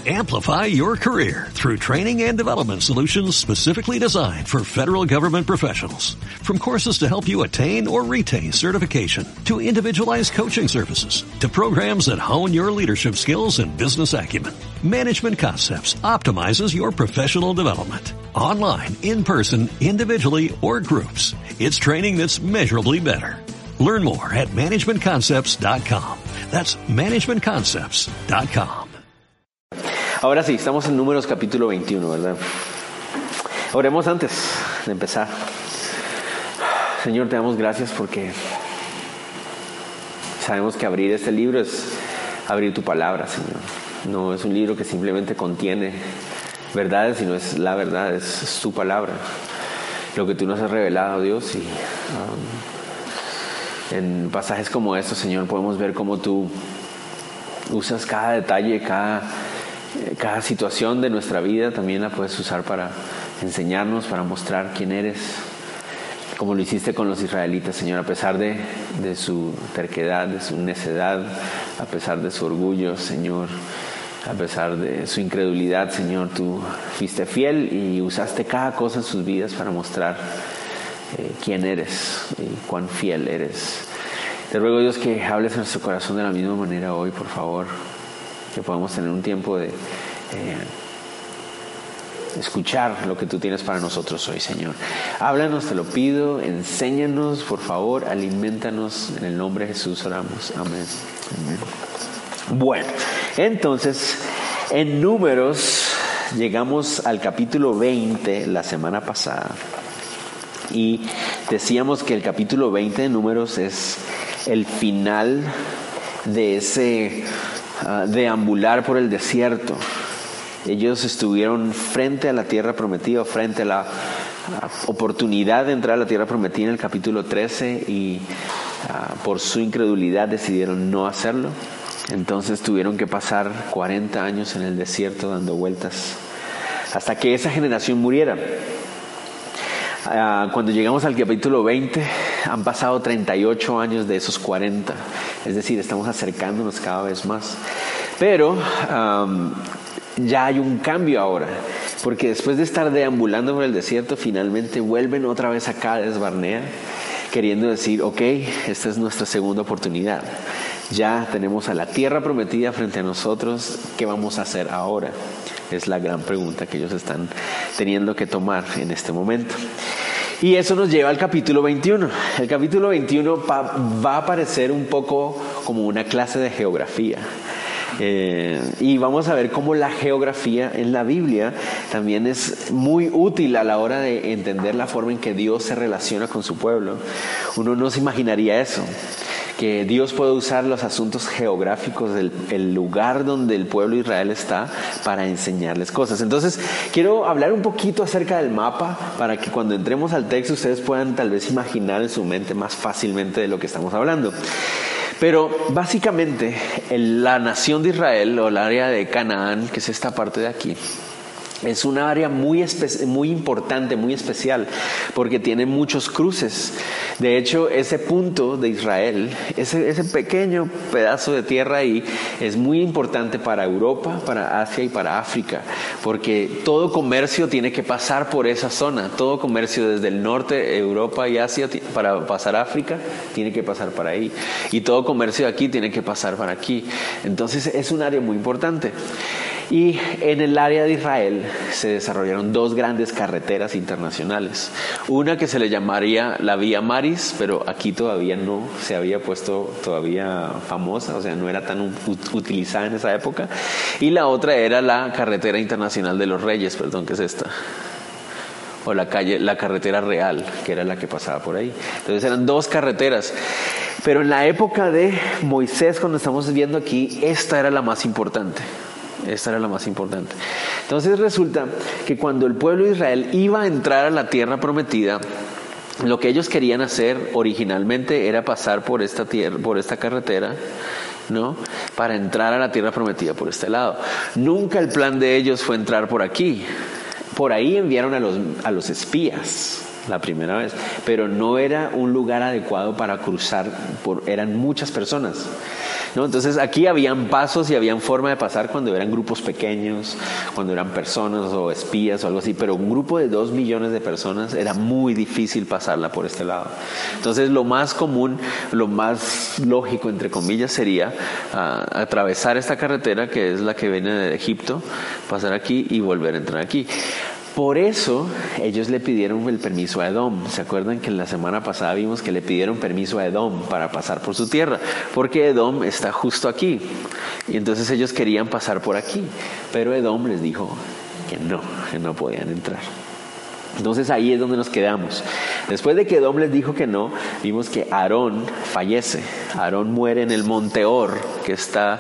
Amplify your career through training and development solutions specifically designed for federal government professionals. From courses to help you attain or retain certification, to individualized coaching services, to programs that hone your leadership skills and business acumen, Management Concepts optimizes your professional development. Online, in person, individually, or groups, it's training that's measurably better. Learn more at managementconcepts.com. That's managementconcepts.com. Ahora sí, estamos en Números capítulo 21, ¿verdad? Oremos antes de empezar. Señor, te damos gracias porque sabemos que abrir este libro es abrir tu palabra, Señor. No es un libro que simplemente contiene verdades, sino es la verdad, es tu palabra. Lo que tú nos has revelado, Dios, y en pasajes como estos, Señor, podemos ver cómo tú usas cada detalle, cada situación de nuestra vida. También la puedes usar para enseñarnos, para mostrar quién eres, como lo hiciste con los israelitas, Señor, a pesar de su terquedad, de su necedad, a pesar de su orgullo, Señor, a pesar de su incredulidad, Señor, tú fuiste fiel y usaste cada cosa en sus vidas para mostrar quién eres y cuán fiel eres. Te ruego, Dios, que hables en nuestro corazón de la misma manera hoy, por favor, que podamos tener un tiempo de escuchar lo que tú tienes para nosotros hoy, Señor. Háblanos, te lo pido, enséñanos, por favor, alimentanos, en el nombre de Jesús oramos, amén. Amén. Bueno, entonces, en Números llegamos al capítulo 20 la semana pasada y decíamos que el capítulo 20 de Números es el final de ese deambular por el desierto. Ellos estuvieron frente a la tierra prometida, frente a la oportunidad de entrar a la tierra prometida en el capítulo 13 y por su incredulidad decidieron no hacerlo. Entonces tuvieron que pasar 40 años en el desierto dando vueltas hasta que esa generación muriera. Cuando llegamos al capítulo 20 han pasado 38 años de esos 40, es decir, estamos acercándonos cada vez más, pero ya hay un cambio ahora, porque después de estar deambulando por el desierto, finalmente vuelven otra vez a Cades Barnea, queriendo decir, ok, esta es nuestra segunda oportunidad, ya tenemos a la tierra prometida frente a nosotros, ¿qué vamos a hacer ahora? Es la gran pregunta que ellos están teniendo que tomar en este momento. Y eso nos lleva al capítulo 21. El capítulo 21 va a aparecer un poco como una clase de geografía. Y vamos a ver cómo la geografía en la Biblia también es muy útil a la hora de entender la forma en que Dios se relaciona con su pueblo. Uno no se imaginaría eso, que Dios puede usar los asuntos geográficos del lugar donde el pueblo de Israel está para enseñarles cosas. Entonces quiero hablar un poquito acerca del mapa para que cuando entremos al texto ustedes puedan tal vez imaginar en su mente más fácilmente de lo que estamos hablando. Pero básicamente la nación de Israel o el área de Canaán, que es esta parte de aquí, es una área muy importante, muy especial, porque tiene muchos cruces. De hecho, ese punto de Israel, ese pequeño pedazo de tierra ahí, es muy importante para Europa, para Asia y para África, porque todo comercio tiene que pasar por esa zona. Todo comercio desde el norte, Europa y Asia, para pasar a África, tiene que pasar para ahí. Y todo comercio de aquí tiene que pasar para aquí. Entonces, es un área muy importante. Y en el área de Israel se desarrollaron dos grandes carreteras internacionales. Una que se le llamaría la Vía Maris, pero aquí todavía no se había puesto todavía famosa, o sea, no era tan utilizada en esa época. Y la otra era la Carretera Internacional de los Reyes, que es esta. O la carretera real, que era la que pasaba por ahí. Entonces eran dos carreteras. Pero en la época de Moisés, cuando estamos viendo aquí, esta era la más importante. Esta era la más importante. Entonces resulta que cuando el pueblo de Israel iba a entrar a la tierra prometida, lo que ellos querían hacer originalmente era pasar por esta carretera, ¿no? Para entrar a la tierra prometida por este lado. Nunca el plan de ellos fue entrar por aquí. Por ahí enviaron a los espías. pero no era un lugar adecuado para cruzar, eran muchas personas, ¿no? Entonces aquí habían pasos y habían forma de pasar cuando eran grupos pequeños, cuando eran personas o espías o algo así, pero un grupo de 2 millones de personas era muy difícil pasarla por este lado. Entonces lo más común, lo más lógico entre comillas sería atravesar esta carretera que es la que viene de Egipto, pasar aquí y volver a entrar aquí. Por eso ellos le pidieron el permiso a Edom. ¿Se acuerdan que la semana pasada vimos que le pidieron permiso a Edom para pasar por su tierra? Porque Edom está justo aquí. Y entonces ellos querían pasar por aquí. Pero Edom les dijo que no podían entrar. Entonces ahí es donde nos quedamos. Después de que Edom les dijo que no, vimos que Aarón fallece. Aarón muere en el monte Or, que está...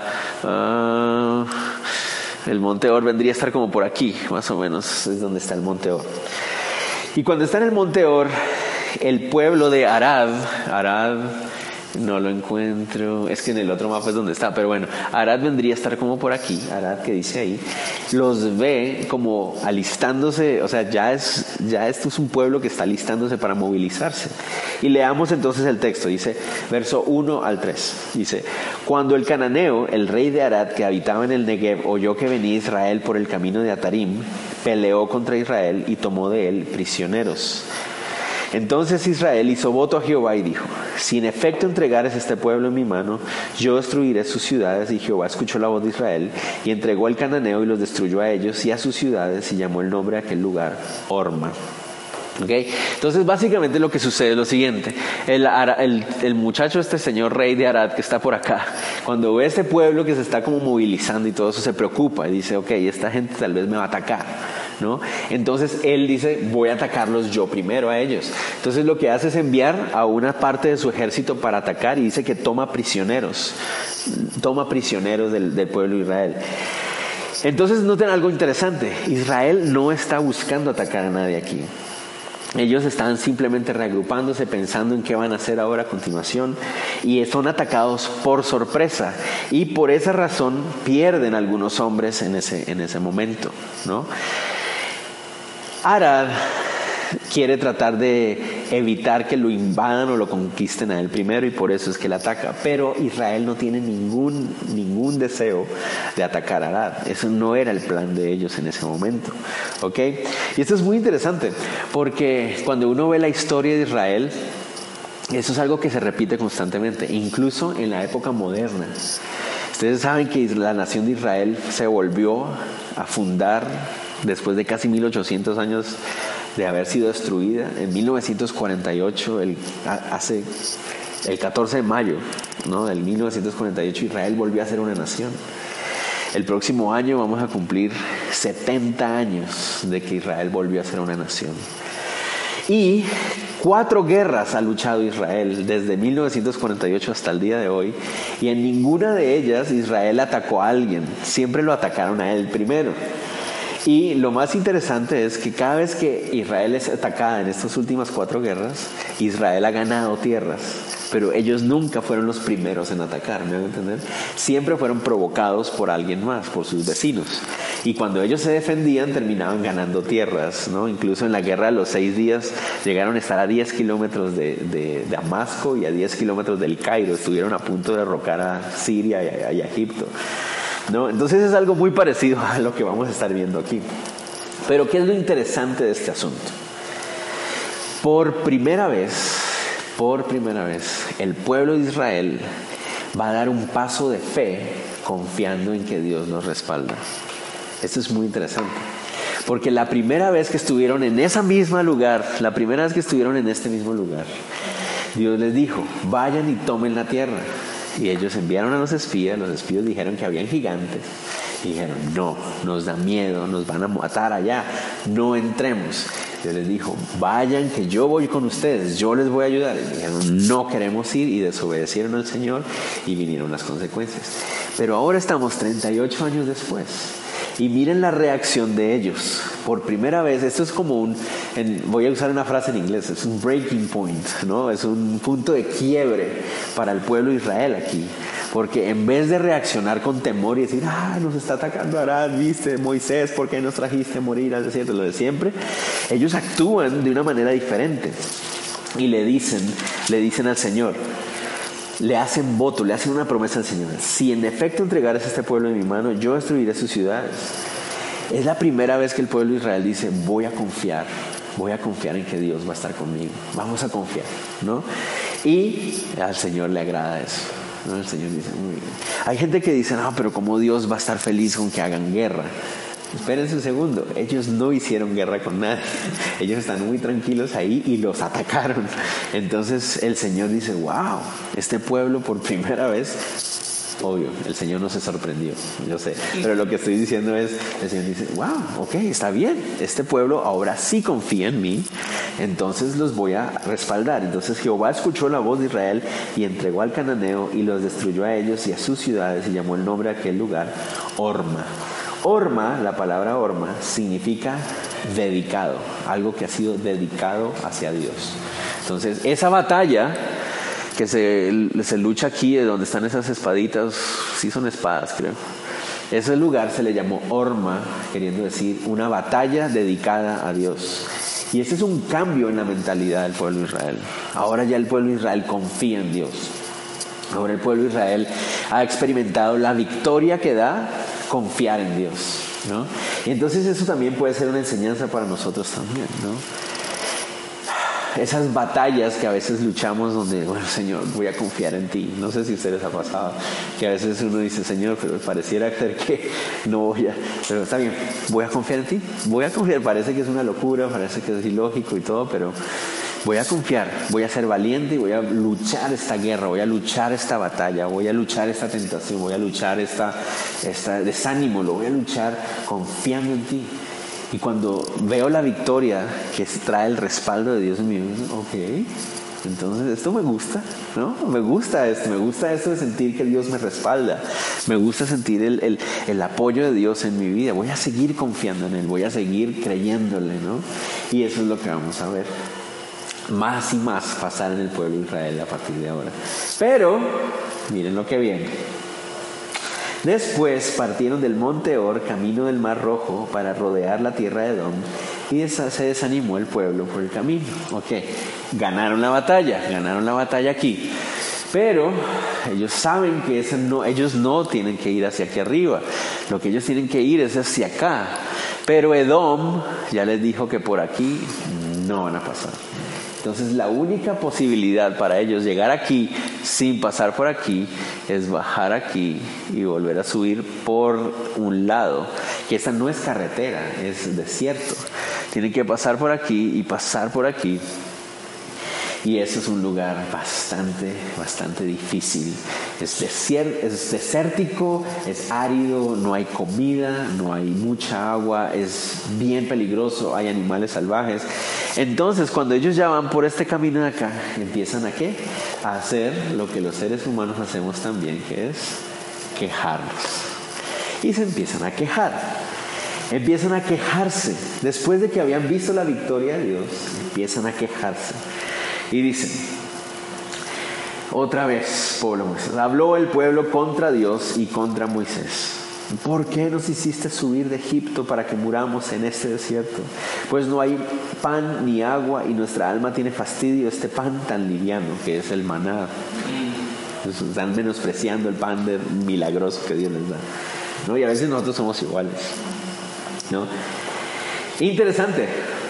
el monte Or vendría a estar como por aquí, más o menos, es donde está el monte Or. Y cuando está en el monte Or, el pueblo de Arad, no lo encuentro, es que en el otro mapa es donde está, pero bueno, Arad vendría a estar como por aquí, Arad que dice ahí, los ve como alistándose, o sea, ya esto es un pueblo que está alistándose para movilizarse. Y leamos entonces el texto, dice, verso 1 al 3, dice, cuando el cananeo, el rey de Arad, que habitaba en el Negev, oyó que venía Israel por el camino de Atarim, peleó contra Israel y tomó de él prisioneros. Entonces Israel hizo voto a Jehová y dijo, si en efecto entregares este pueblo en mi mano, yo destruiré sus ciudades. Y Jehová escuchó la voz de Israel y entregó al cananeo y los destruyó a ellos y a sus ciudades y llamó el nombre a aquel lugar Horma. ¿Okay? Entonces básicamente lo que sucede es lo siguiente, el muchacho, este señor rey de Arad que está por acá, cuando ve este pueblo que se está como movilizando y todo eso, se preocupa y dice, ok, esta gente tal vez me va a atacar, ¿no? Entonces él dice, voy a atacarlos yo primero a ellos. Entonces lo que hace es enviar a una parte de su ejército para atacar y dice que toma prisioneros del pueblo de Israel. Entonces noten algo interesante, Israel no está buscando atacar a nadie aquí. Ellos están simplemente reagrupándose, pensando en qué van a hacer ahora a continuación, y son atacados por sorpresa, y por esa razón pierden algunos hombres en ese momento, ¿no? Arad quiere tratar de evitar que lo invadan o lo conquisten a él primero, y por eso es que él ataca, pero Israel no tiene ningún deseo de atacar a Arad. Eso no era el plan de ellos en ese momento, ¿ok? Y esto es muy interesante porque cuando uno ve la historia de Israel, eso es algo que se repite constantemente, incluso en la época moderna. Ustedes saben que la nación de Israel se volvió a fundar después de casi 1800 años de haber sido destruida. En 1948, el 14 de mayo, ¿no?, del 1948, Israel volvió a ser una nación. El próximo año vamos a cumplir 70 años de que Israel volvió a ser una nación. Y 4 guerras ha luchado Israel desde 1948 hasta el día de hoy, y en ninguna de ellas Israel atacó a alguien, siempre lo atacaron a él primero. Y lo más interesante es que cada vez que Israel es atacada en estas últimas 4 guerras, Israel ha ganado tierras, pero ellos nunca fueron los primeros en atacar, ¿me van a entender? Siempre fueron provocados por alguien más, por sus vecinos. Y cuando ellos se defendían, terminaban ganando tierras, ¿no? Incluso en la guerra de los 6 días llegaron a estar a 10 kilómetros de Damasco y a 10 kilómetros del Cairo. Estuvieron a punto de derrocar a Siria y a Egipto, ¿no? Entonces es algo muy parecido a lo que vamos a estar viendo aquí. Pero ¿qué es lo interesante de este asunto? Por primera vez, el pueblo de Israel va a dar un paso de fe confiando en que Dios nos respalda. Esto es muy interesante, porque la primera vez que estuvieron en ese mismo lugar, Dios les dijo, vayan y tomen la tierra. Y ellos enviaron a los espías dijeron que habían gigantes, y dijeron, no, nos da miedo, nos van a matar allá, no entremos. Dios les dijo, vayan que yo voy con ustedes, yo les voy a ayudar. Y dijeron, no queremos ir, y desobedecieron al Señor, y vinieron las consecuencias. Pero ahora estamos 38 años después, y miren la reacción de ellos. Por primera vez, esto es como voy a usar una frase en inglés, es un breaking point, ¿no? Es un punto de quiebre para el pueblo de Israel aquí. Porque en vez de reaccionar con temor y decir, nos está atacando Arad, viste, Moisés, ¿por qué nos trajiste a morir al desierto? Lo de siempre, ellos actúan de una manera diferente y le dicen al Señor, le hacen voto, le hacen una promesa al Señor: si en efecto entregares este pueblo en mi mano, yo destruiré sus ciudades. Es la primera vez que el pueblo de Israel dice, voy a confiar en que Dios va a estar conmigo, vamos a confiar, ¿no? Y al Señor le agrada eso, ¿no? El Señor dice, muy bien. Hay gente que dice, no, pero ¿cómo Dios va a estar feliz con que hagan guerra? Espérense un segundo, ellos no hicieron guerra con nadie, ellos están muy tranquilos ahí y los atacaron. Entonces el Señor dice, wow, este pueblo por primera vez, obvio, el Señor no se sorprendió, yo sé, pero lo que estoy diciendo es, el Señor dice, wow, ok, está bien, este pueblo ahora sí confía en mí, entonces los voy a respaldar. Entonces Jehová escuchó la voz de Israel y entregó al cananeo y los destruyó a ellos y a sus ciudades, y llamó el nombre de aquel lugar Horma. Horma, la palabra Horma, significa dedicado, algo que ha sido dedicado hacia Dios. Entonces, esa batalla que se lucha aquí, de donde están esas espaditas, sí son espadas, creo. Ese lugar se le llamó Horma, queriendo decir una batalla dedicada a Dios. Y ese es un cambio en la mentalidad del pueblo de Israel. Ahora ya el pueblo de Israel confía en Dios. Ahora el pueblo de Israel ha experimentado la victoria que da confiar en Dios, ¿no? Y entonces eso también puede ser una enseñanza para nosotros también, ¿no? Esas batallas que a veces luchamos donde, bueno, Señor, voy a confiar en ti. No sé si a ustedes ha pasado, que a veces uno dice, Señor, pero pareciera ser que no voy a, pero está bien, voy a confiar en ti, voy a confiar. Parece que es una locura, parece que es ilógico y todo, pero voy a confiar, voy a ser valiente y voy a luchar esta guerra, voy a luchar esta batalla, voy a luchar esta tentación, voy a luchar esta desánimo, lo voy a luchar confiando en ti. Y cuando veo la victoria que trae el respaldo de Dios en mi vida, ok, entonces esto me gusta, ¿no? Me gusta esto de sentir que Dios me respalda, me gusta sentir el apoyo de Dios en mi vida. Voy a seguir confiando en Él, voy a seguir creyéndole, ¿no? Y eso es lo que vamos a ver más y más pasar en el pueblo de Israel a partir de ahora. Pero miren lo que viene. Después partieron del monte Or, camino del Mar Rojo, para rodear la tierra de Edom, y se desanimó el pueblo por el camino. Ok, ganaron la batalla aquí. Pero ellos saben que ellos no tienen que ir hacia aquí arriba. Lo que ellos tienen que ir es hacia acá. Pero Edom ya les dijo que por aquí no van a pasar. Entonces la única posibilidad para ellos llegar aquí sin pasar por aquí es bajar aquí y volver a subir por un lado, que esta no es carretera, es desierto. Tienen que pasar por aquí y pasar por aquí. Y eso es un lugar bastante difícil. Es desértico, es árido, no hay comida, no hay mucha agua, es bien peligroso, hay animales salvajes. Entonces, cuando ellos ya van por este camino de acá, empiezan a hacer lo que los seres humanos hacemos también, que es quejarnos. Y se empiezan a quejar. Empiezan a quejarse. Después de que habían visto la victoria de Dios, empiezan a quejarse. Y dicen, otra vez, pueblo Moisés, habló el pueblo contra Dios y contra Moisés. ¿Por qué nos hiciste subir de Egipto para que muramos en este desierto? Pues no hay pan ni agua y nuestra alma tiene fastidio este pan tan liviano que es el maná. Están menospreciando el pan milagroso que Dios les da, ¿no? Y a veces nosotros somos iguales, ¿no? Interesante.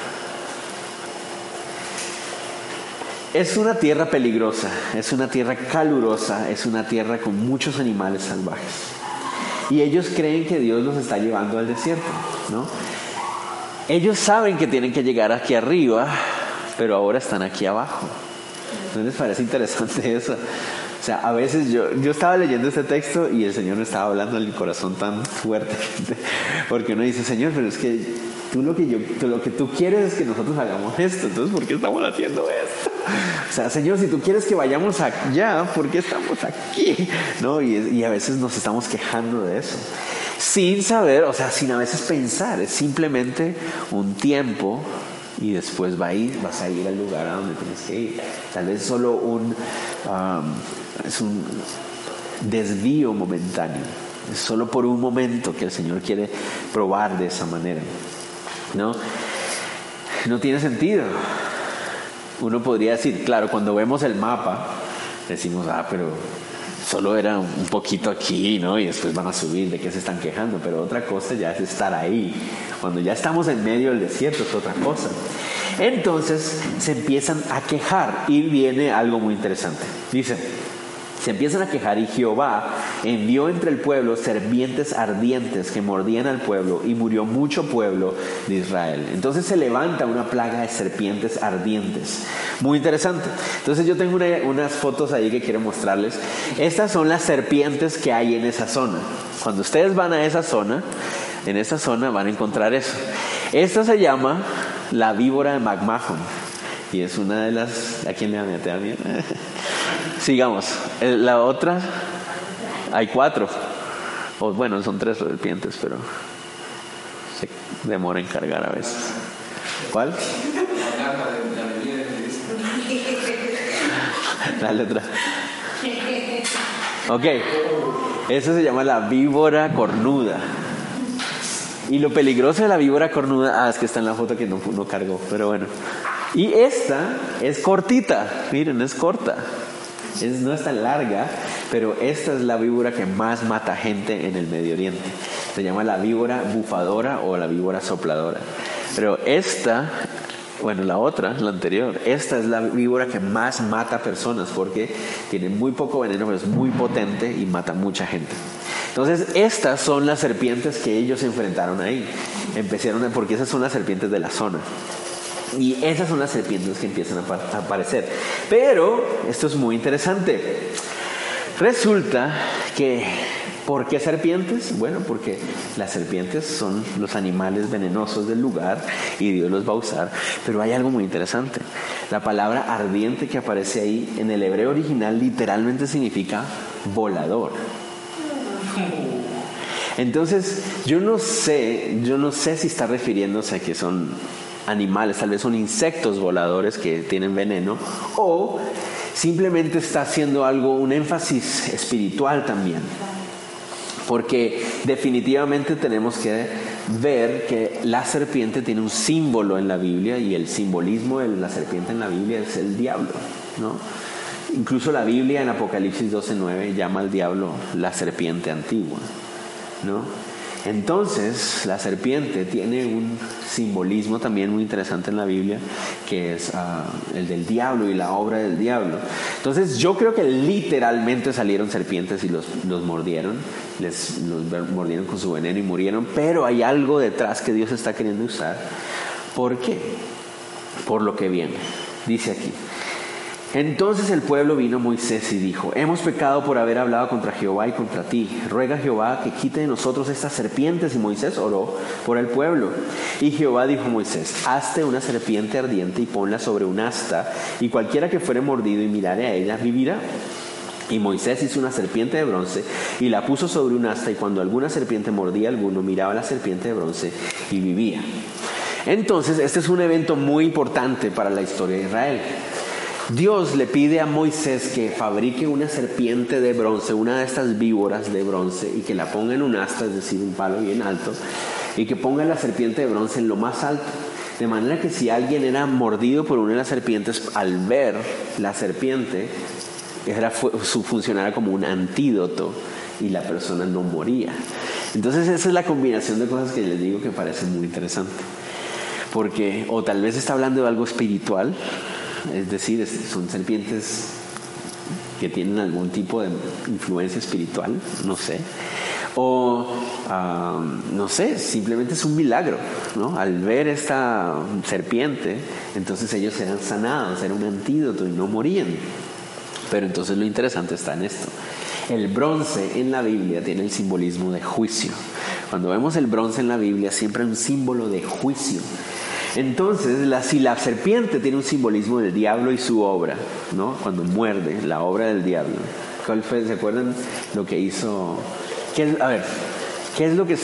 Es una tierra peligrosa, es una tierra calurosa, es una tierra con muchos animales salvajes. Y ellos creen que Dios los está llevando al desierto, ¿no? Ellos saben que tienen que llegar aquí arriba, pero ahora están aquí abajo. ¿No les parece interesante eso? O sea, a veces yo estaba leyendo este texto y el Señor me estaba hablando en el corazón tan fuerte, porque uno dice, Señor, pero es que lo que tú quieres es que nosotros hagamos esto, entonces ¿por qué estamos haciendo esto? O sea, Señor, si tú quieres que vayamos allá, ¿por qué estamos aquí? ¿No? Y a veces nos estamos quejando de eso, sin saber, o sea, sin a veces pensar. Es simplemente un tiempo y después vas a ir al lugar a donde tienes que ir. Tal vez solo desvío momentáneo. Es solo por un momento que el Señor quiere probar de esa manera, ¿no? No tiene sentido. Uno podría decir, claro, cuando vemos el mapa, decimos, pero solo era un poquito aquí, ¿no? Y después van a subir, ¿de qué se están quejando? Pero otra cosa ya es estar ahí. Cuando ya estamos en medio del desierto es otra cosa. Entonces se empiezan a quejar y viene algo muy interesante. Dice, se empiezan a quejar y Jehová envió entre el pueblo serpientes ardientes que mordían al pueblo y murió mucho pueblo de Israel. Entonces se levanta una plaga de serpientes ardientes. Muy interesante. Entonces yo tengo unas fotos ahí que quiero mostrarles. Estas son las serpientes que hay en esa zona. Cuando ustedes van a esa zona, en esa zona van a encontrar eso. Esta se llama la víbora de McMahon. Y es una de las... ¿A quién le va a meter a mí? Sigamos. La otra, hay 4. O bueno, son 3 serpientes, pero se demora en cargar a veces. ¿Cuál? La letra. Ok. Eso se llama la víbora cornuda. Y lo peligroso de la víbora cornuda, es que está en la foto que no cargó, pero bueno. Y esta es cortita, miren, es corta. No es tan larga, pero esta es la víbora que más mata gente en el Medio Oriente. Se llama la víbora bufadora o la víbora sopladora. Pero esta, bueno, la otra, la anterior, esta es la víbora que más mata personas porque tiene muy poco veneno, pero es muy potente y mata mucha gente. Entonces, estas son las serpientes que ellos enfrentaron ahí. Porque esas son las serpientes de la zona. Y esas son las serpientes que empiezan a aparecer. Pero esto es muy interesante. Resulta que, ¿por qué serpientes? Bueno, porque las serpientes son los animales venenosos del lugar y Dios los va a usar. Pero hay algo muy interesante. La palabra ardiente que aparece ahí en el hebreo original literalmente significa volador. Entonces, yo no sé si está refiriéndose a que son animales, tal vez son insectos voladores que tienen veneno, o simplemente está haciendo un énfasis espiritual también, porque definitivamente tenemos que ver que la serpiente tiene un símbolo en la Biblia y el simbolismo de la serpiente en la Biblia es el diablo, ¿no? Incluso la Biblia en Apocalipsis 12:9 llama al diablo la serpiente antigua, ¿no? Entonces, la serpiente tiene un simbolismo también muy interesante en la Biblia, que es el del diablo y la obra del diablo. Entonces, yo creo que literalmente salieron serpientes y los mordieron, los mordieron con su veneno y murieron, pero hay algo detrás que Dios está queriendo usar. ¿Por qué? Por lo que viene. Dice aquí. Entonces el pueblo vino a Moisés y dijo: hemos pecado por haber hablado contra Jehová y contra ti. Ruega a Jehová que quite de nosotros estas serpientes. Y Moisés oró por el pueblo. Y Jehová dijo a Moisés: hazte una serpiente ardiente y ponla sobre un asta, y cualquiera que fuere mordido y mirare a ella vivirá. Y Moisés hizo una serpiente de bronce y la puso sobre un asta, y cuando alguna serpiente mordía a alguno, miraba a la serpiente de bronce y vivía. Entonces este es un evento muy importante para la historia de Israel. Dios le pide a Moisés que fabrique una serpiente de bronce, una de estas víboras de bronce, y que la ponga en un asta, es decir, un palo bien alto, y que ponga la serpiente de bronce en lo más alto, de manera que si alguien era mordido por una de las serpientes, al ver la serpiente, funcionara como un antídoto y la persona no moría. Entonces esa es la combinación de cosas que les digo que parece muy interesante, porque o tal vez está hablando de algo espiritual. Es decir, son serpientes que tienen algún tipo de influencia espiritual, no sé. O, no sé, simplemente es un milagro, ¿no? Al ver esta serpiente, entonces ellos eran sanados, era un antídoto y no morían. Pero entonces lo interesante está en esto. El bronce en la Biblia tiene el simbolismo de juicio. Cuando vemos el bronce en la Biblia, siempre hay un símbolo de juicio. Entonces, si la serpiente tiene un simbolismo del diablo y su obra, ¿no? Cuando muerde, la obra del diablo. ¿Cuál fue? ¿Se acuerdan lo que hizo? ¿Qué es lo que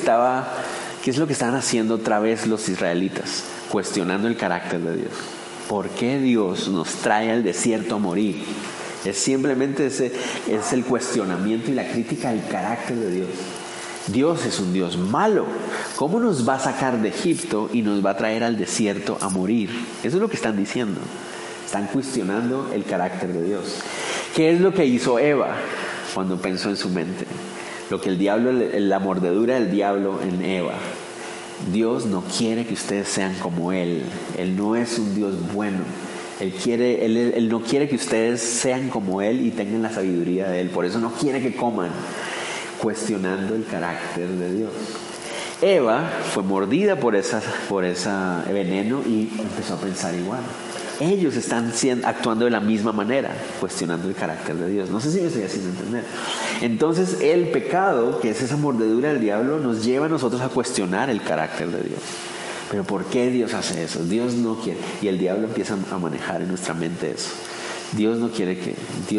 estaban haciendo otra vez los israelitas? Cuestionando el carácter de Dios. ¿Por qué Dios nos trae al desierto a morir? Es simplemente es el cuestionamiento y la crítica al carácter de Dios. Dios es un Dios malo. ¿Cómo nos va a sacar de Egipto y nos va a traer al desierto a morir? Eso es lo que están diciendo. Están cuestionando el carácter de Dios. ¿Qué es lo que hizo Eva cuando pensó en su mente? Lo que el diablo, la mordedura del diablo en Eva. Dios no quiere que ustedes sean como Él. Él no es un Dios bueno. Él no quiere que ustedes sean como Él y tengan la sabiduría de Él. Por eso no quiere que coman, cuestionando el carácter de Dios. Eva fue mordida por ese veneno y empezó a pensar igual. Ellos están actuando de la misma manera, cuestionando el carácter de Dios. No sé si me estoy haciendo entender. Entonces el pecado, que es esa mordedura del diablo, nos lleva a nosotros a cuestionar el carácter de Dios. Pero ¿por qué Dios hace eso? Dios no quiere. Y el diablo empieza a manejar en nuestra mente eso. Dios no quiere. Y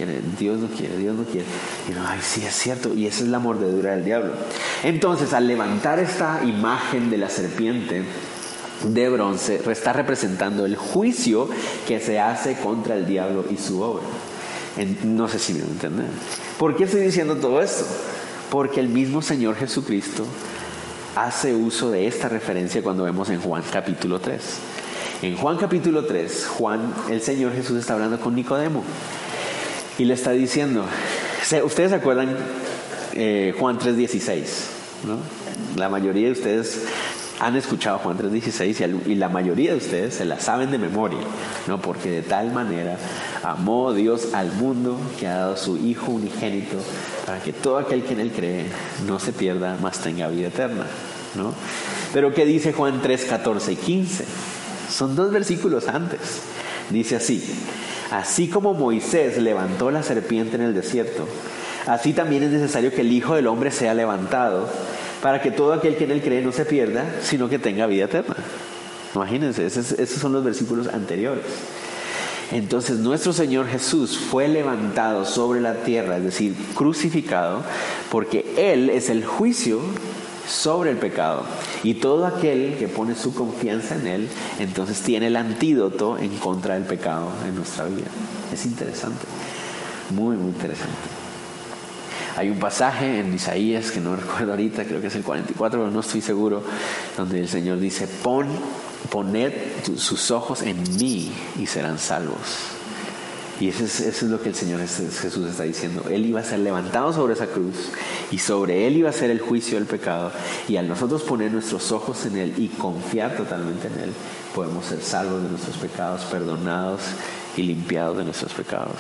no, ay, sí, es cierto. Y esa es la mordedura del diablo. Entonces, al levantar esta imagen de la serpiente de bronce, está representando el juicio que se hace contra el diablo y su obra. No sé si me entienden. ¿Por qué estoy diciendo todo esto? Porque el mismo Señor Jesucristo hace uso de esta referencia cuando vemos en Juan capítulo 3. En Juan capítulo 3, el Señor Jesús está hablando con Nicodemo y le está diciendo, ¿ustedes se acuerdan Juan 3:16? ¿No? La mayoría de ustedes han escuchado Juan 3:16 y la mayoría de ustedes se la saben de memoria, ¿no? Porque de tal manera amó Dios al mundo que ha dado su Hijo unigénito para que todo aquel que en Él cree no se pierda, mas tenga vida eterna, ¿no? Pero ¿qué dice Juan 3:14 y 15? Son 2 versículos antes. Dice así como Moisés levantó la serpiente en el desierto, así también es necesario que el Hijo del Hombre sea levantado, para que todo aquel que en Él cree no se pierda, sino que tenga vida eterna. Imagínense, esos son los versículos anteriores. Entonces nuestro Señor Jesús fue levantado sobre la tierra, es decir, crucificado, porque Él es el juicio sobre el pecado. Y todo aquel que pone su confianza en Él, entonces tiene el antídoto en contra del pecado en nuestra vida. Es interesante, muy, muy interesante. Hay un pasaje en Isaías que no recuerdo ahorita, creo que es el 44, pero no estoy seguro, donde el Señor dice, poned sus ojos en mí y serán salvos. Y eso es lo que el Señor Jesús está diciendo. Él iba a ser levantado sobre esa cruz y sobre Él iba a ser el juicio del pecado. Y al nosotros poner nuestros ojos en Él y confiar totalmente en Él, podemos ser salvos de nuestros pecados, perdonados y limpiados de nuestros pecados.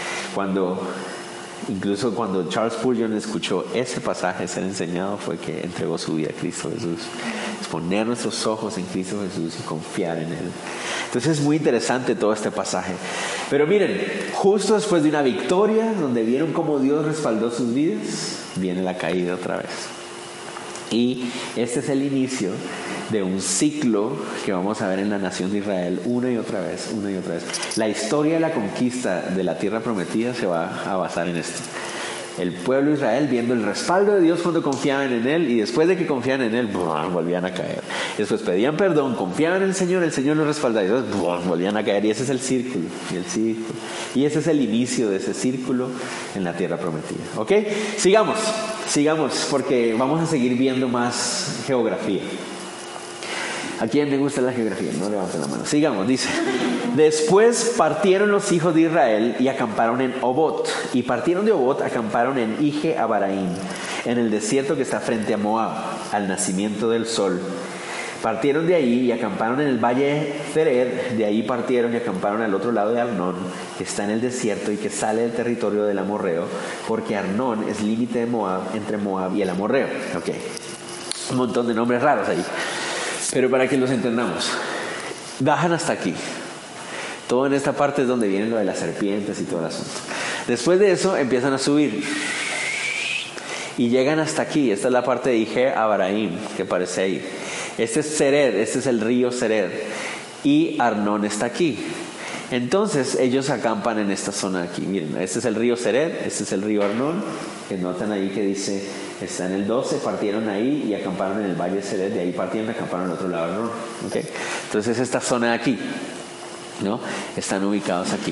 Incluso cuando Charles Spurgeon escuchó ese pasaje ser enseñado, fue que entregó su vida a Cristo Jesús. Es poner nuestros ojos en Cristo Jesús y confiar en Él. Entonces es muy interesante todo este pasaje. Pero miren, justo después de una victoria, donde vieron cómo Dios respaldó sus vidas, viene la caída otra vez. Y este es el inicio de un ciclo que vamos a ver en la nación de Israel una y otra vez. La historia de la conquista de la tierra prometida se va a basar en esto. El pueblo de Israel viendo el respaldo de Dios cuando confiaban en Él, y después de que confiaban en Él, volvían a caer. Después pedían perdón, confiaban en el Señor los respaldaba, y después volvían a caer. Y ese es el círculo, y ese es el inicio de ese círculo en la tierra prometida. ¿Ok? Sigamos, porque vamos a seguir viendo más geografía. ¿A quién le gusta la geografía? No levanten la mano. Sigamos, dice. Después partieron los hijos de Israel y acamparon en Obot. Y partieron de Obot, acamparon en Ije Abaraim, en el desierto que está frente a Moab, al nacimiento del sol. Partieron de ahí y acamparon en el valle Zered. De ahí partieron y acamparon al otro lado de Arnón, que está en el desierto y que sale del territorio del amorreo, porque Arnón es límite de Moab, entre Moab y el amorreo. Ok. Un montón de nombres raros ahí. Pero para que los entendamos, bajan hasta aquí. Todo en esta parte es donde viene lo de las serpientes y todo el asunto. Después de eso empiezan a subir y llegan hasta aquí. Esta es la parte de Ije Abaraim que aparece ahí. Este es Sered, este es el río Sered, y Arnón está aquí. Entonces ellos acampan en esta zona de aquí. Miren, este es el río Sered, este es el río Arnón, que notan ahí que dice, está en el 12, partieron ahí y acamparon en el valle Sered. De ahí partieron y acamparon al otro lado de Arnón. ¿Okay? Entonces esta zona de aquí, ¿no? Están ubicados aquí.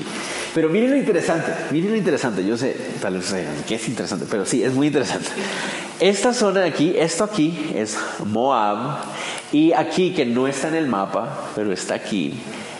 Pero miren lo interesante, yo sé, tal vez que es interesante, pero sí, es muy interesante. Esta zona de aquí, esto aquí es Moab, y aquí, que no está en el mapa, pero está aquí,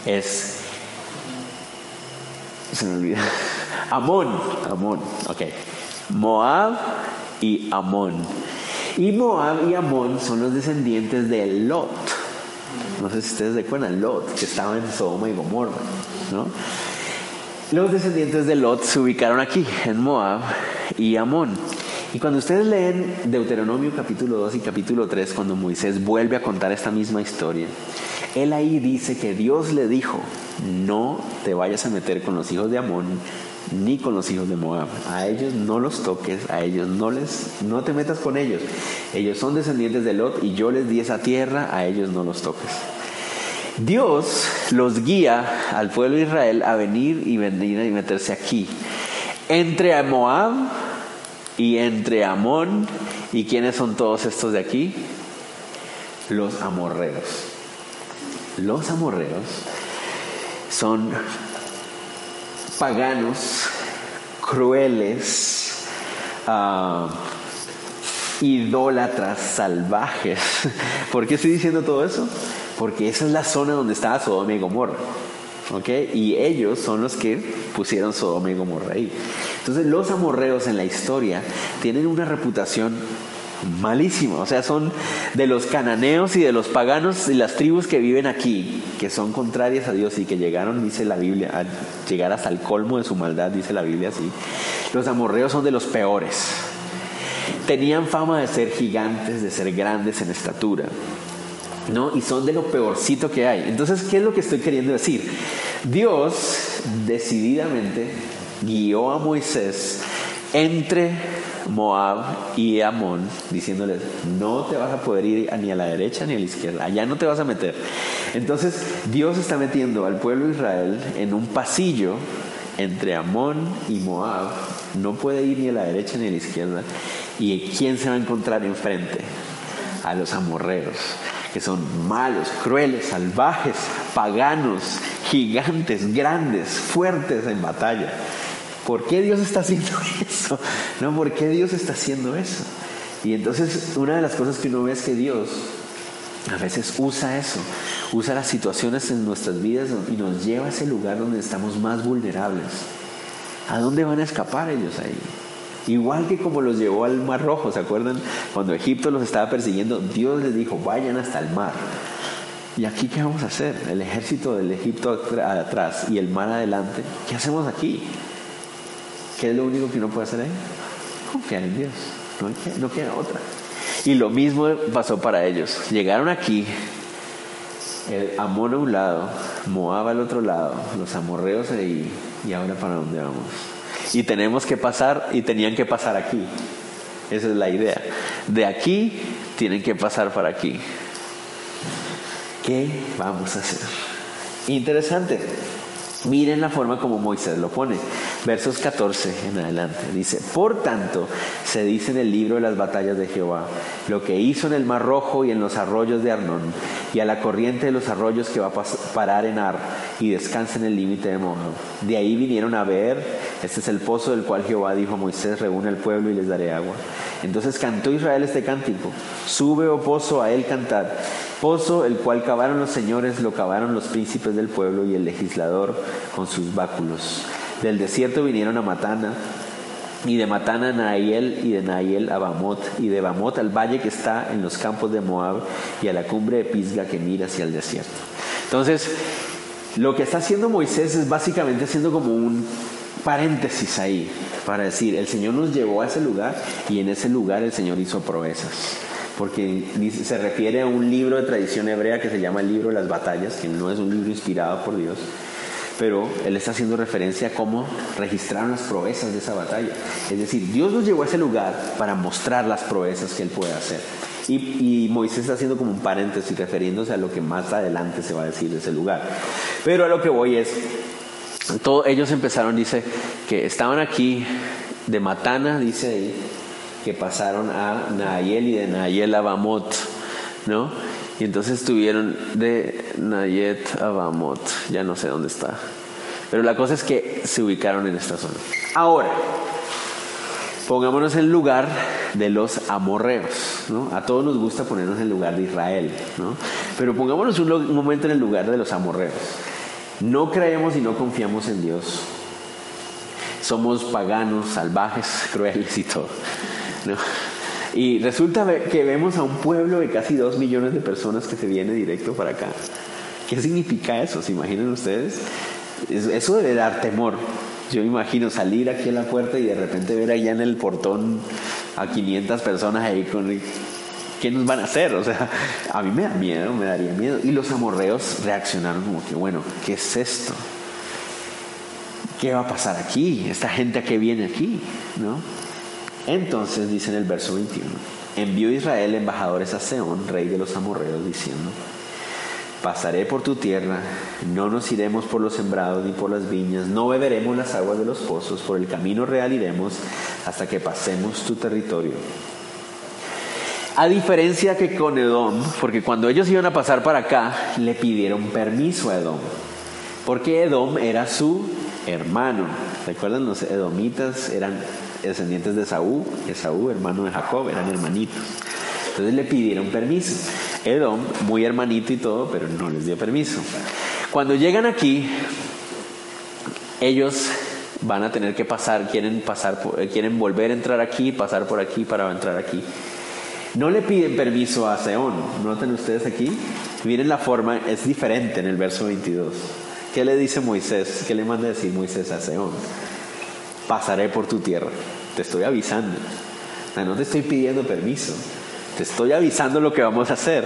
se me olvida, Amón, ok, Moab y Amón. Y Moab y Amón son los descendientes de Lot. No sé si ustedes recuerdan, Lot, que estaba en Sodoma y Gomorra, ¿no? Los descendientes de Lot se ubicaron aquí, en Moab y Amón. Y cuando ustedes leen Deuteronomio capítulo 2 y capítulo 3, cuando Moisés vuelve a contar esta misma historia, él ahí dice que Dios le dijo: no te vayas a meter con los hijos de Amón ni con los hijos de Moab. A ellos no los toques, a ellos no te metas con ellos. Ellos son descendientes de Lot y yo les di esa tierra, a ellos no los toques. Dios los guía al pueblo de Israel a venir y meterse aquí, entre Moab y entre Amón. ¿Y quiénes son todos estos de aquí? Los amorreos. Los amorreos son paganos, crueles, idólatras, salvajes. ¿Por qué estoy diciendo todo eso? Porque esa es la zona donde estaba Sodoma y Gomorra, ¿ok? Y ellos son los que pusieron Sodoma y Gomorra ahí. Entonces los amorreos en la historia tienen una reputación malísima. O sea, son de los cananeos y de los paganos y las tribus que viven aquí, que son contrarias a Dios y que llegaron, dice la Biblia, a llegar hasta el colmo de su maldad, dice la Biblia así. Los amorreos son de los peores. Tenían fama de ser gigantes, de ser grandes en estatura, ¿no? Y son de lo peorcito que hay. Entonces, ¿qué es lo que estoy queriendo decir? Dios decididamente guió a Moisés entre Moab y Amón, diciéndoles: no te vas a poder ir ni a la derecha ni a la izquierda, allá no te vas a meter. Entonces Dios está metiendo al pueblo de Israel en un pasillo entre Amón y Moab. No puede ir ni a la derecha ni a la izquierda. ¿Y quién se va a encontrar enfrente? A los amorreos, que son malos, crueles, salvajes, paganos, gigantes, grandes, fuertes en batalla. ¿Por qué Dios está haciendo eso? ¿No? ¿Por qué Dios está haciendo eso? Y entonces una de las cosas que uno ve es que Dios a veces usa eso, usa las situaciones en nuestras vidas y nos lleva a ese lugar donde estamos más vulnerables. ¿A dónde van a escapar ellos ahí? Igual que como los llevó al Mar Rojo, ¿se acuerdan? Cuando Egipto los estaba persiguiendo, Dios les dijo: vayan hasta el mar. ¿Y aquí qué vamos a hacer? El ejército del Egipto atrás y el mar adelante. ¿Qué hacemos aquí? ¿Qué es lo único que uno puede hacer ahí? Confiar en Dios. No queda otra. Y lo mismo pasó para ellos. Llegaron aquí, Amón a un lado, Moab al otro lado, los amorreos ahí. ¿Y ahora para dónde vamos? Y tenemos que pasar, y tenían que pasar aquí. Esa es la idea. De aquí tienen que pasar para aquí. ¿Qué vamos a hacer? Interesante. Miren la forma como Moisés lo pone. Versos 14 en adelante. Dice: por tanto, se dice en el libro de las batallas de Jehová, lo que hizo en el Mar Rojo y en los arroyos de Arnón, y a la corriente de los arroyos que va a parar en Ar, y descansa en el límite de Moab. De ahí vinieron a ver, este es el pozo del cual Jehová dijo a Moisés: reúne al pueblo y les daré agua. Entonces cantó Israel este cántico: sube, oh pozo, a él cantad. Pozo el cual cavaron los señores, lo cavaron los príncipes del pueblo y el legislador con sus báculos. Del desierto vinieron a Matana, y de Matana a Nahaliel, y de Nahaliel a Bamot, y de Bamot al valle que está en los campos de Moab, y a la cumbre de Pisga que mira hacia el desierto. Entonces, lo que está haciendo Moisés es básicamente haciendo como un paréntesis ahí, para decir: el Señor nos llevó a ese lugar, y en ese lugar el Señor hizo proezas. Porque se refiere a un libro de tradición hebrea que se llama el libro de las batallas, que no es un libro inspirado por Dios, pero él está haciendo referencia a cómo registraron las proezas de esa batalla. Es decir, Dios nos llevó a ese lugar para mostrar las proezas que él puede hacer. Y Moisés está haciendo como un paréntesis, refiriéndose a lo que más adelante se va a decir de ese lugar. Pero a lo que voy es, ellos empezaron, dice, que estaban aquí de Matana, dice ahí, que pasaron a Nahaliel, y de Nahaliel a Bamot, ¿no? Y entonces estuvieron de Nahaliel a Bamot, ya no sé dónde está, Pero la cosa es que se ubicaron en esta zona. Ahora, pongámonos en el lugar de los amorreos, ¿no? A todos nos gusta ponernos en el lugar de Israel, ¿no? Pero pongámonos un momento en el lugar de los amorreos. No creemos y no confiamos en Dios. Somos paganos, salvajes, crueles y todo, ¿no? Y resulta que vemos a un pueblo de casi 2 millones de personas que se viene directo para acá. ¿Qué significa eso? ¿Se imaginan ustedes? Eso debe dar temor. Yo me imagino salir aquí a la puerta y de repente ver allá en el portón a 500 personas ahí con... ¿Qué nos van a hacer? O sea, a mí me da miedo, me daría miedo. Y los amorreos reaccionaron como que, bueno, ¿qué es esto? ¿Qué va a pasar aquí? ¿Esta gente a qué viene aquí? ¿No? Entonces dice en el verso 21, envió Israel embajadores a Sehón, rey de los amorreos, diciendo: pasaré por tu tierra, no nos iremos por los sembrados ni por las viñas, no beberemos las aguas de los pozos, por el camino real iremos hasta que pasemos tu territorio. A diferencia que con Edom, porque cuando ellos iban a pasar para acá, le pidieron permiso a Edom, porque Edom era su hermano. ¿Recuerdan? Los edomitas eran descendientes de Esaú, hermano de Jacob, eran hermanitos. Entonces le pidieron permiso. Edom, muy hermanito y todo, pero no les dio permiso. Cuando llegan aquí, ellos van a tener que pasar, quieren volver a entrar aquí, pasar por aquí para entrar aquí. No le piden permiso a Sehón. ¿Notan ustedes aquí? Miren la forma, es diferente en el verso 22. ¿Qué le dice Moisés? ¿Qué le manda decir Moisés a Sehón? Pasaré por tu tierra. Te estoy avisando. O sea, no te estoy pidiendo permiso. Te estoy avisando lo que vamos a hacer.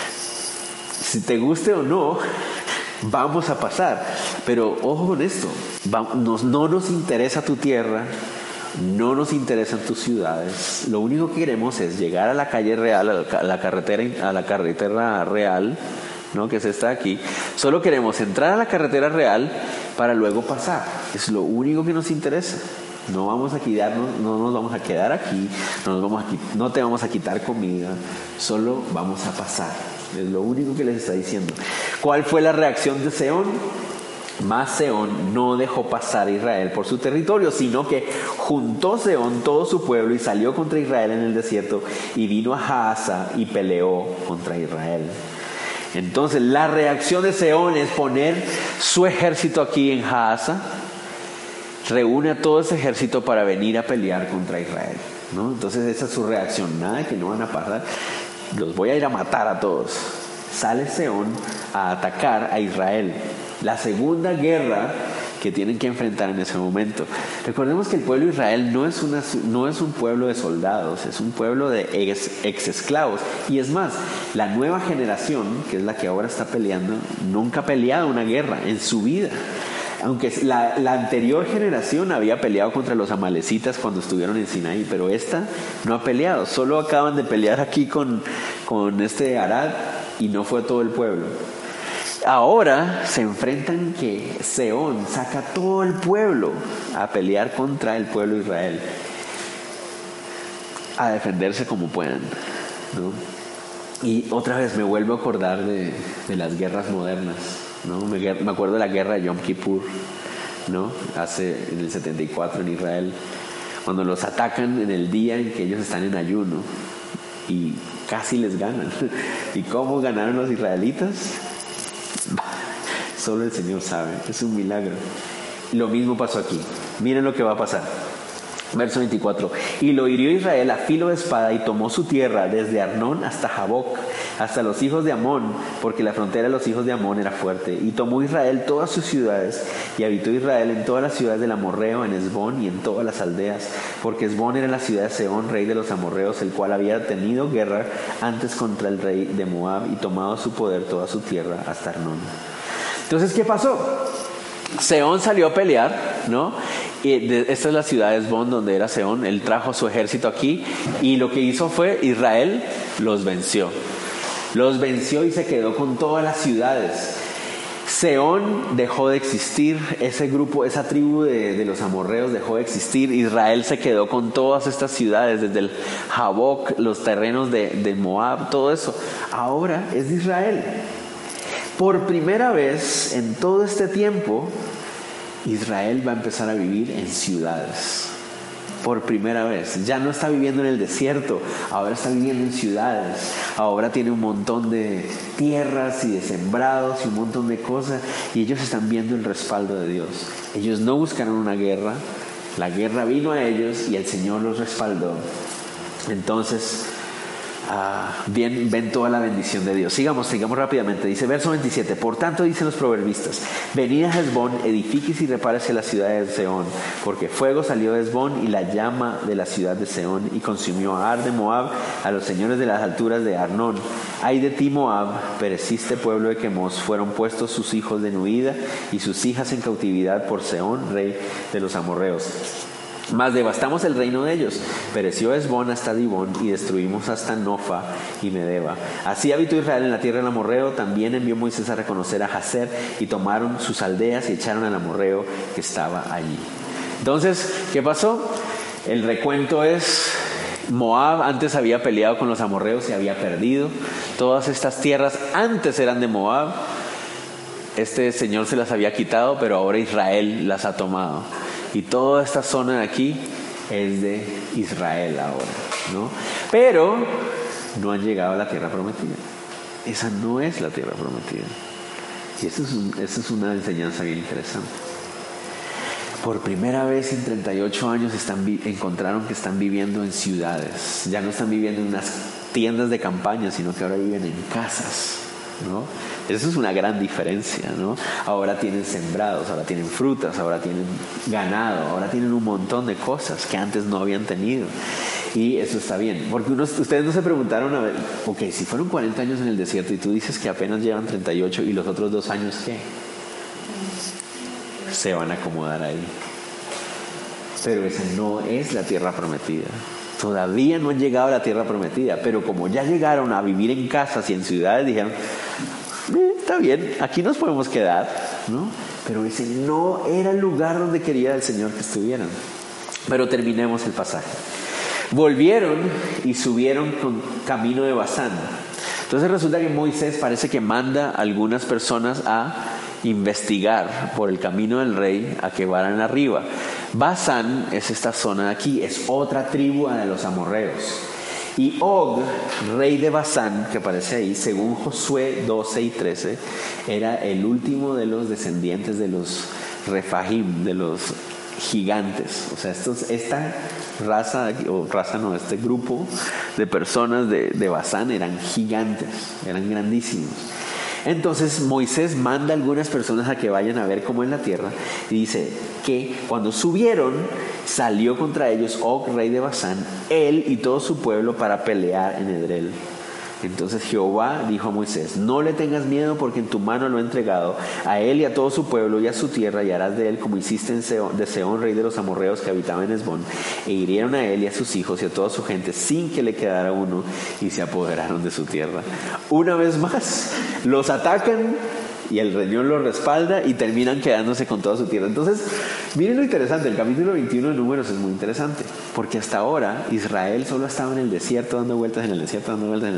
Si te guste o no, vamos a pasar. Pero ojo con esto. No nos interesa tu tierra. No nos interesan tus ciudades. Lo único que queremos es llegar a la calle real, a la carretera real, ¿no? Que es esta de aquí. Solo queremos entrar a la carretera real para luego pasar. Es lo único que nos interesa. No vamos a quedarnos, no nos vamos a quedar aquí, no te vamos a quitar comida, solo vamos a pasar. Es lo único que les está diciendo. ¿Cuál fue la reacción de Sehón? Mas Sehón no dejó pasar a Israel por su territorio, sino que juntó Sehón todo su pueblo y salió contra Israel en el desierto y vino a Jahaza y peleó contra Israel. Entonces la reacción de Sehón es poner su ejército aquí en Jahaza, reúne a todo ese ejército para venir a pelear contra Israel, ¿no? Entonces esa es su reacción. Nada que no van a pasar, los voy a ir a matar a todos. Sale Sehón a atacar a Israel. La segunda guerra que tienen que enfrentar en ese momento. Recordemos que el pueblo de Israel no es un pueblo de soldados, es un pueblo de ex esclavos. Y es más, la nueva generación, que es la que ahora está peleando, nunca ha peleado una guerra en su vida. Aunque la anterior generación había peleado contra los amalecitas cuando estuvieron en Sinaí, pero esta no ha peleado. Solo acaban de pelear aquí con este Arad y no fue todo el pueblo. Ahora se enfrentan que Sehón saca todo el pueblo a pelear contra el pueblo de Israel, a defenderse como puedan, ¿no? Y otra vez me vuelvo a acordar de las modernas, ¿no? Me acuerdo de la guerra de Yom Kippur, ¿no? En el 74 en Israel, cuando los atacan en el día en que ellos están en ayuno y casi les ganan. ¿Y cómo ganaron los israelitas? Solo el Señor sabe, es un milagro. Lo mismo pasó aquí. Miren lo que va a pasar. Verso 24. Y lo hirió Israel a filo de espada y tomó su tierra desde Arnón hasta Jaboc, hasta los hijos de Amón, porque la frontera de los hijos de Amón era fuerte. Y tomó Israel todas sus ciudades, y habitó Israel en todas las ciudades del amorreo, en Hesbón y en todas las aldeas, porque Hesbón era la ciudad de Sehón, rey de los amorreos, el cual había tenido guerra antes contra el rey de Moab y tomado su poder toda su tierra hasta Arnón. Entonces, ¿qué pasó? Sehón salió a pelear, ¿no? Esta es la ciudad de Hesbón donde era Sehón. Él trajo su ejército aquí y lo que hizo fue Israel los venció y se quedó con todas las ciudades. Sehón dejó de existir, ese grupo, esa tribu de los amorreos dejó de existir. Israel se quedó con todas estas ciudades, desde el Jaboc, los terrenos de Moab, todo eso. Ahora es de Israel. Por primera vez en todo este tiempo, Israel va a empezar a vivir en ciudades. Por primera vez. Ya no está viviendo en el desierto, ahora está viviendo en ciudades. Ahora tiene un montón de tierras y de sembrados y un montón de cosas, y ellos están viendo el respaldo de Dios. Ellos no buscaron una guerra, la guerra vino a ellos y el Señor los respaldó. Entonces ven toda la bendición de Dios. Sigamos rápidamente. Dice verso 27: por tanto dicen los proverbistas, venid a Hesbón, edifiquis y repárese la ciudad de Seón, porque fuego salió de Hesbón y la llama de la ciudad de Seón, y consumió a Ar de Moab, a los señores de las alturas de Arnón. Ay de ti, Moab, pereciste, pueblo de Quemos. Fueron puestos sus hijos de Nuida y sus hijas en cautividad por Sehón, rey de los amorreos. Mas devastamos el reino de ellos. Pereció Hesbón hasta Dibón, y destruimos hasta Nofa y Medeba. Así habitó Israel en la tierra del amorreo. También envió Moisés a reconocer a Jazer, y tomaron sus aldeas y echaron al amorreo que estaba allí. Entonces, ¿qué pasó? El recuento es: Moab antes había peleado con los amorreos y había perdido. Todas estas tierras antes eran de Moab. Este señor se las había quitado, pero ahora Israel las ha tomado. Y toda esta zona de aquí es de Israel ahora, ¿no? Pero no han llegado a la tierra prometida. Esa no es la tierra prometida. Y esa es una enseñanza bien interesante. Por primera vez en 38 años encontraron que están viviendo en ciudades. Ya no están viviendo en unas tiendas de campaña, sino que ahora viven en casas, ¿no? Eso es una gran diferencia, ¿no? Ahora tienen sembrados, ahora tienen frutas, ahora tienen ganado, ahora tienen un montón de cosas que antes no habían tenido. Y eso está bien, porque ustedes no se preguntaron, a ver, ok, si fueron 40 años en el desierto y tú dices que apenas llevan 38 y los otros 2 años, ¿qué? Se van a acomodar ahí. Pero esa no es la tierra prometida. Todavía no han llegado a la tierra prometida, pero como ya llegaron a vivir en casas y en ciudades, dijeron, está bien, aquí nos podemos quedar, ¿no? Pero ese no era el lugar donde quería el Señor que estuvieran. Pero terminemos el pasaje. Volvieron y subieron con camino de Basán. Entonces resulta que Moisés parece que manda a algunas personas a investigar por el camino del rey, a que vayan arriba. Basán es esta zona de aquí, es otra tribu a la de los amorreos. Y Og, rey de Basán, que aparece ahí, según Josué 12 y 13, era el último de los descendientes de los Refahim, de los gigantes. O sea, esta raza, este grupo de personas de Basán eran gigantes, eran grandísimos. Entonces Moisés manda a algunas personas a que vayan a ver cómo es la tierra, y dice que cuando subieron, salió contra ellos Og, rey de Basán, él y todo su pueblo, para pelear en Edrel. Entonces Jehová dijo a Moisés: no le tengas miedo, porque en tu mano lo he entregado, a él y a todo su pueblo y a su tierra, y harás de él como hiciste de Sehón, rey de los amorreos, que habitaba en Hesbón. E hirieron a él y a sus hijos y a toda su gente sin que le quedara uno, y se apoderaron de su tierra. Una vez más los atacan y el Señor los respalda y terminan quedándose con toda su tierra. Entonces, miren lo interesante, el capítulo 21 de Números es muy interesante, porque hasta ahora Israel solo estaba en el desierto, dando vueltas en el desierto.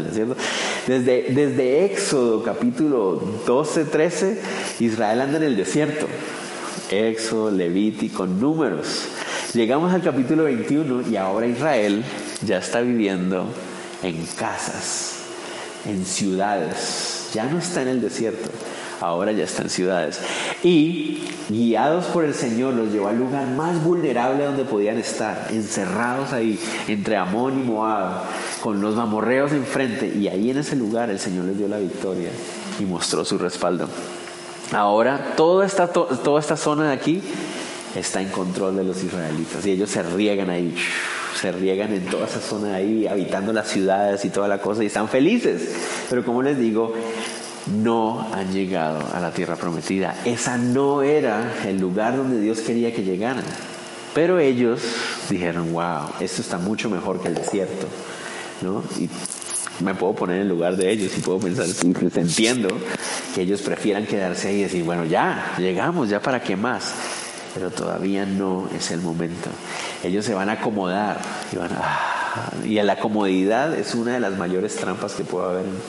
Desde Éxodo capítulo 12, 13, Israel anda en el desierto. Éxodo, Levítico, Números. Llegamos al capítulo 21 y ahora Israel ya está viviendo en casas, en ciudades. Ya no está en el desierto, ahora ya está en ciudades. Y guiados por el Señor los llevó al lugar más vulnerable donde podían estar, encerrados ahí entre Amón y Moab, con los amorreos enfrente. Y ahí en ese lugar el Señor les dio la victoria y mostró su respaldo. Ahora toda esta zona de aquí está en control de los israelitas, y ellos se riegan ahí, se riegan en toda esa zona de ahí, habitando las ciudades y toda la cosa, y están felices. Pero como les digo, no han llegado a la tierra prometida. Esa no era el lugar donde Dios quería que llegaran. Pero ellos dijeron: wow, esto está mucho mejor que el desierto, ¿no? Y me puedo poner en el lugar de ellos y puedo pensar, sí, pues entiendo que ellos prefieran quedarse ahí y decir: bueno, ya llegamos, ya para qué más. Pero todavía no es el momento. Ellos se van a acomodar y la comodidad es una de las mayores trampas que puede haber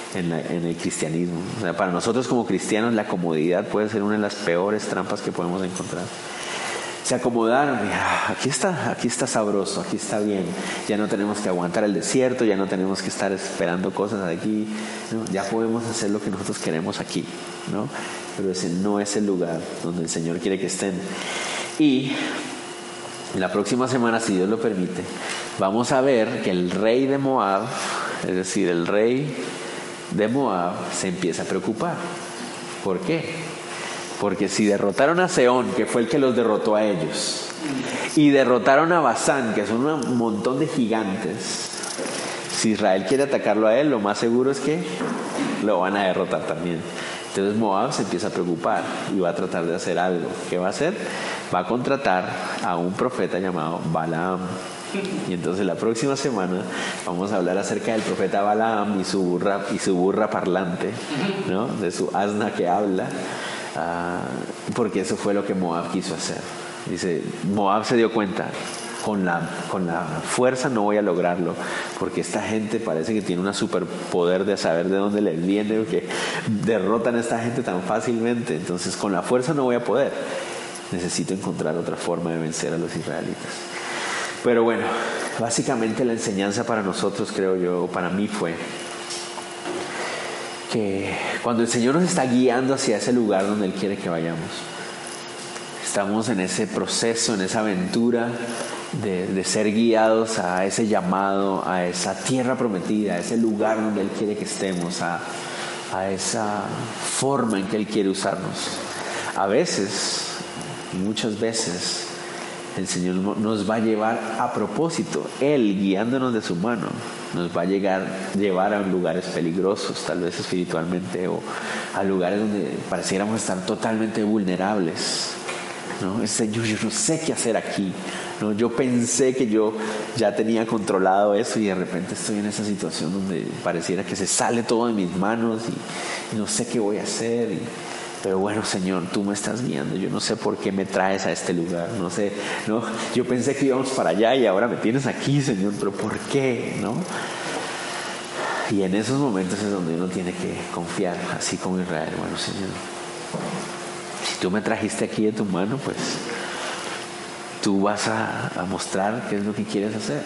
en el cristianismo. O sea, para nosotros como cristianos la comodidad puede ser una de las peores trampas que podemos encontrar. Se acomodaron, aquí está sabroso, aquí está bien, ya no tenemos que aguantar el desierto, ya no tenemos que estar esperando cosas aquí, ¿no? Ya podemos hacer lo que nosotros queremos aquí, ¿no? Pero ese no es el lugar donde el Señor quiere que estén. Y la próxima semana, si Dios lo permite, vamos a ver que el rey de Moab, es decir, el rey de Moab, se empieza a preocupar. ¿Por qué? Porque si derrotaron a Sehón, que fue el que los derrotó a ellos, y derrotaron a Basán, que son un montón de gigantes, si Israel quiere atacarlo a él, lo más seguro es que lo van a derrotar también. Entonces Moab se empieza a preocupar y va a tratar de hacer algo. ¿Qué va a hacer? Va a contratar a un profeta llamado Balaam. Y entonces la próxima semana vamos a hablar acerca del profeta Balaam y su burra parlante, ¿no? De su asna que habla. Porque eso fue lo que Moab quiso hacer. Dice, Moab se dio cuenta, con la fuerza no voy a lograrlo, porque esta gente parece que tiene un superpoder de saber de dónde les viene, que derrotan a esta gente tan fácilmente. Entonces con la fuerza no voy a poder, necesito encontrar otra forma de vencer a los israelitas. Pero bueno, básicamente la enseñanza para nosotros, creo yo, para mí fue que cuando el Señor nos está guiando hacia ese lugar donde Él quiere que vayamos, estamos en ese proceso, en esa aventura de ser guiados a ese llamado, a esa tierra prometida, a ese lugar donde Él quiere que estemos, a esa forma en que Él quiere usarnos. A veces, muchas veces, el Señor nos va a llevar a propósito, Él guiándonos de su mano, nos va a llevar a lugares peligrosos, tal vez espiritualmente, o a lugares donde pareciéramos estar totalmente vulnerables, ¿no? Señor, yo no sé qué hacer aquí, ¿no? Yo pensé que yo ya tenía controlado eso y de repente estoy en esa situación donde pareciera que se sale todo de mis manos y no sé qué voy a hacer. Pero bueno, Señor, tú me estás guiando. Yo no sé por qué me traes a este lugar. No sé, ¿no? Yo pensé que íbamos para allá y ahora me tienes aquí, Señor. Pero ¿por qué? ¿No? Y en esos momentos es donde uno tiene que confiar, así como Israel. Bueno, Señor, si tú me trajiste aquí de tu mano, pues tú vas a mostrar qué es lo que quieres hacer.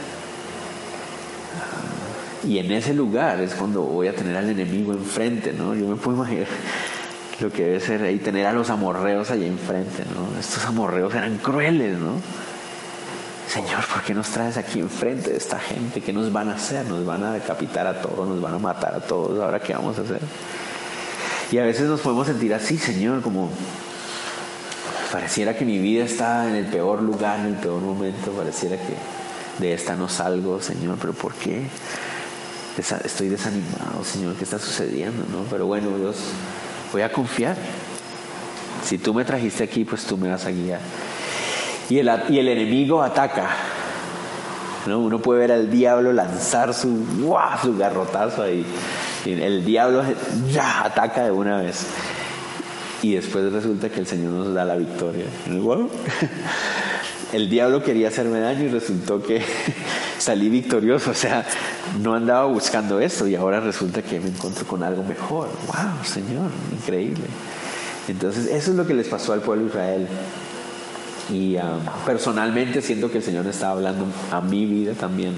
Y en ese lugar es cuando voy a tener al enemigo enfrente, ¿no? Yo me puedo imaginar lo que debe ser ahí tener a los amorreos allá enfrente, ¿no? Estos amorreos eran crueles, ¿no? Señor, ¿por qué nos traes aquí enfrente de esta gente? ¿Qué nos van a hacer? Nos van a decapitar a todos, nos van a matar a todos. ¿Ahora qué vamos a hacer? Y a veces nos podemos sentir así, Señor, como pareciera que mi vida está en el peor lugar, en el peor momento. Pareciera que de esta no salgo, Señor, pero ¿por qué? Estoy desanimado, Señor, ¿qué está sucediendo, no? Pero bueno, Dios, voy a confiar. Si tú me trajiste aquí, pues tú me vas a guiar. Y el enemigo ataca, ¿no? Uno puede ver al diablo lanzar su garrotazo ahí. Y el diablo ya ataca de una vez. Y después resulta que el Señor nos da la victoria. ¡Wow! El diablo quería hacerme daño y resultó que salí victorioso. O sea, no andaba buscando esto y ahora resulta que me encuentro con algo mejor. ¡Wow, Señor! Increíble. Entonces, eso es lo que les pasó al pueblo de Israel. Y personalmente siento que el Señor está hablando a mi vida también.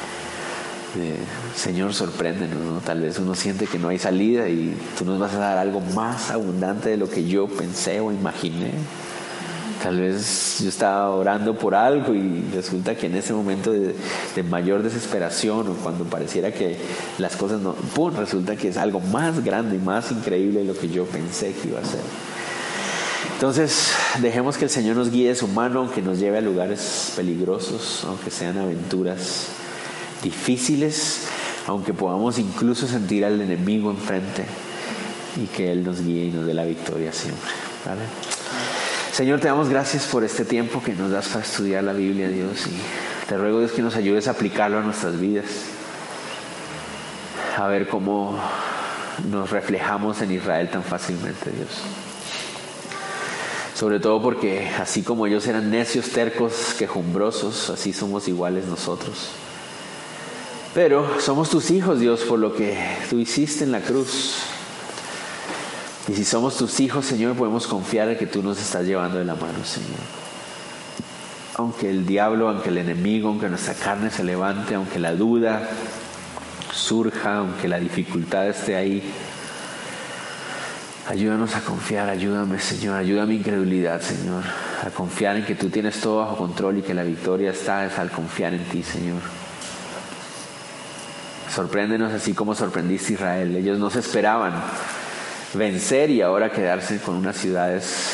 Señor, sorpréndenos, ¿no? Tal vez uno siente que no hay salida y tú nos vas a dar algo más abundante de lo que yo pensé o imaginé. Tal vez yo estaba orando por algo y resulta que en ese momento de mayor desesperación o cuando pareciera que las cosas no, ¡pum!, resulta que es algo más grande y más increíble de lo que yo pensé que iba a ser. Entonces, dejemos que el Señor nos guíe de su mano, aunque nos lleve a lugares peligrosos, aunque sean aventuras difíciles, aunque podamos incluso sentir al enemigo enfrente, y que Él nos guíe y nos dé la victoria siempre, ¿vale? Señor, te damos gracias por este tiempo que nos das para estudiar la Biblia, Dios, y te ruego, Dios, que nos ayudes a aplicarlo a nuestras vidas, a ver cómo nos reflejamos en Israel tan fácilmente, Dios. Sobre todo porque así como ellos eran necios, tercos, quejumbrosos, así somos iguales nosotros. Pero somos tus hijos, Dios, por lo que tú hiciste en la cruz. Y si somos tus hijos, Señor, podemos confiar en que tú nos estás llevando de la mano, Señor. Aunque el diablo, aunque el enemigo, aunque nuestra carne se levante, aunque la duda surja, aunque la dificultad esté ahí, ayúdanos a confiar, ayúdame, Señor, ayuda a mi incredulidad, Señor, a confiar en que tú tienes todo bajo control y que la victoria está es al confiar en ti, Señor. Sorpréndenos así como sorprendiste a Israel. Ellos no se esperaban vencer y ahora quedarse con unas ciudades.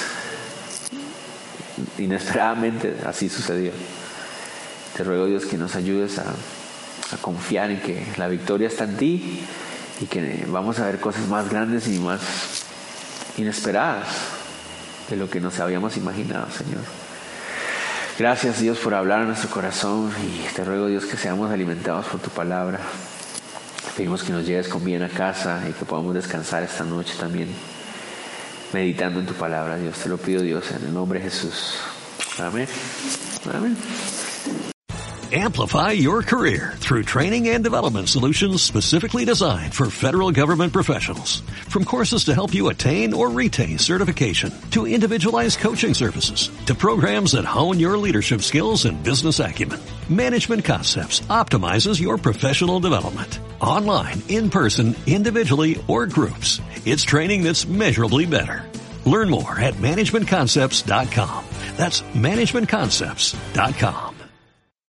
Inesperadamente así sucedió. Te ruego, Dios, que nos ayudes a confiar en que la victoria está en ti y que vamos a ver cosas más grandes y más inesperadas de lo que nos habíamos imaginado, Señor. Gracias, Dios, por hablar a nuestro corazón, y te ruego, Dios, que seamos alimentados por tu palabra. Pedimos que nos lleves con bien a casa y que podamos descansar esta noche también meditando en tu palabra, Dios. Te lo pido, Dios, en el nombre de Jesús. Amén. Amén. Amplify your career through training and development solutions specifically designed for federal government professionals. From courses to help you attain or retain certification, to individualized coaching services, to programs that hone your leadership skills and business acumen, Management Concepts optimizes your professional development. Online, in person, individually, or groups, it's training that's measurably better. Learn more at managementconcepts.com. That's managementconcepts.com.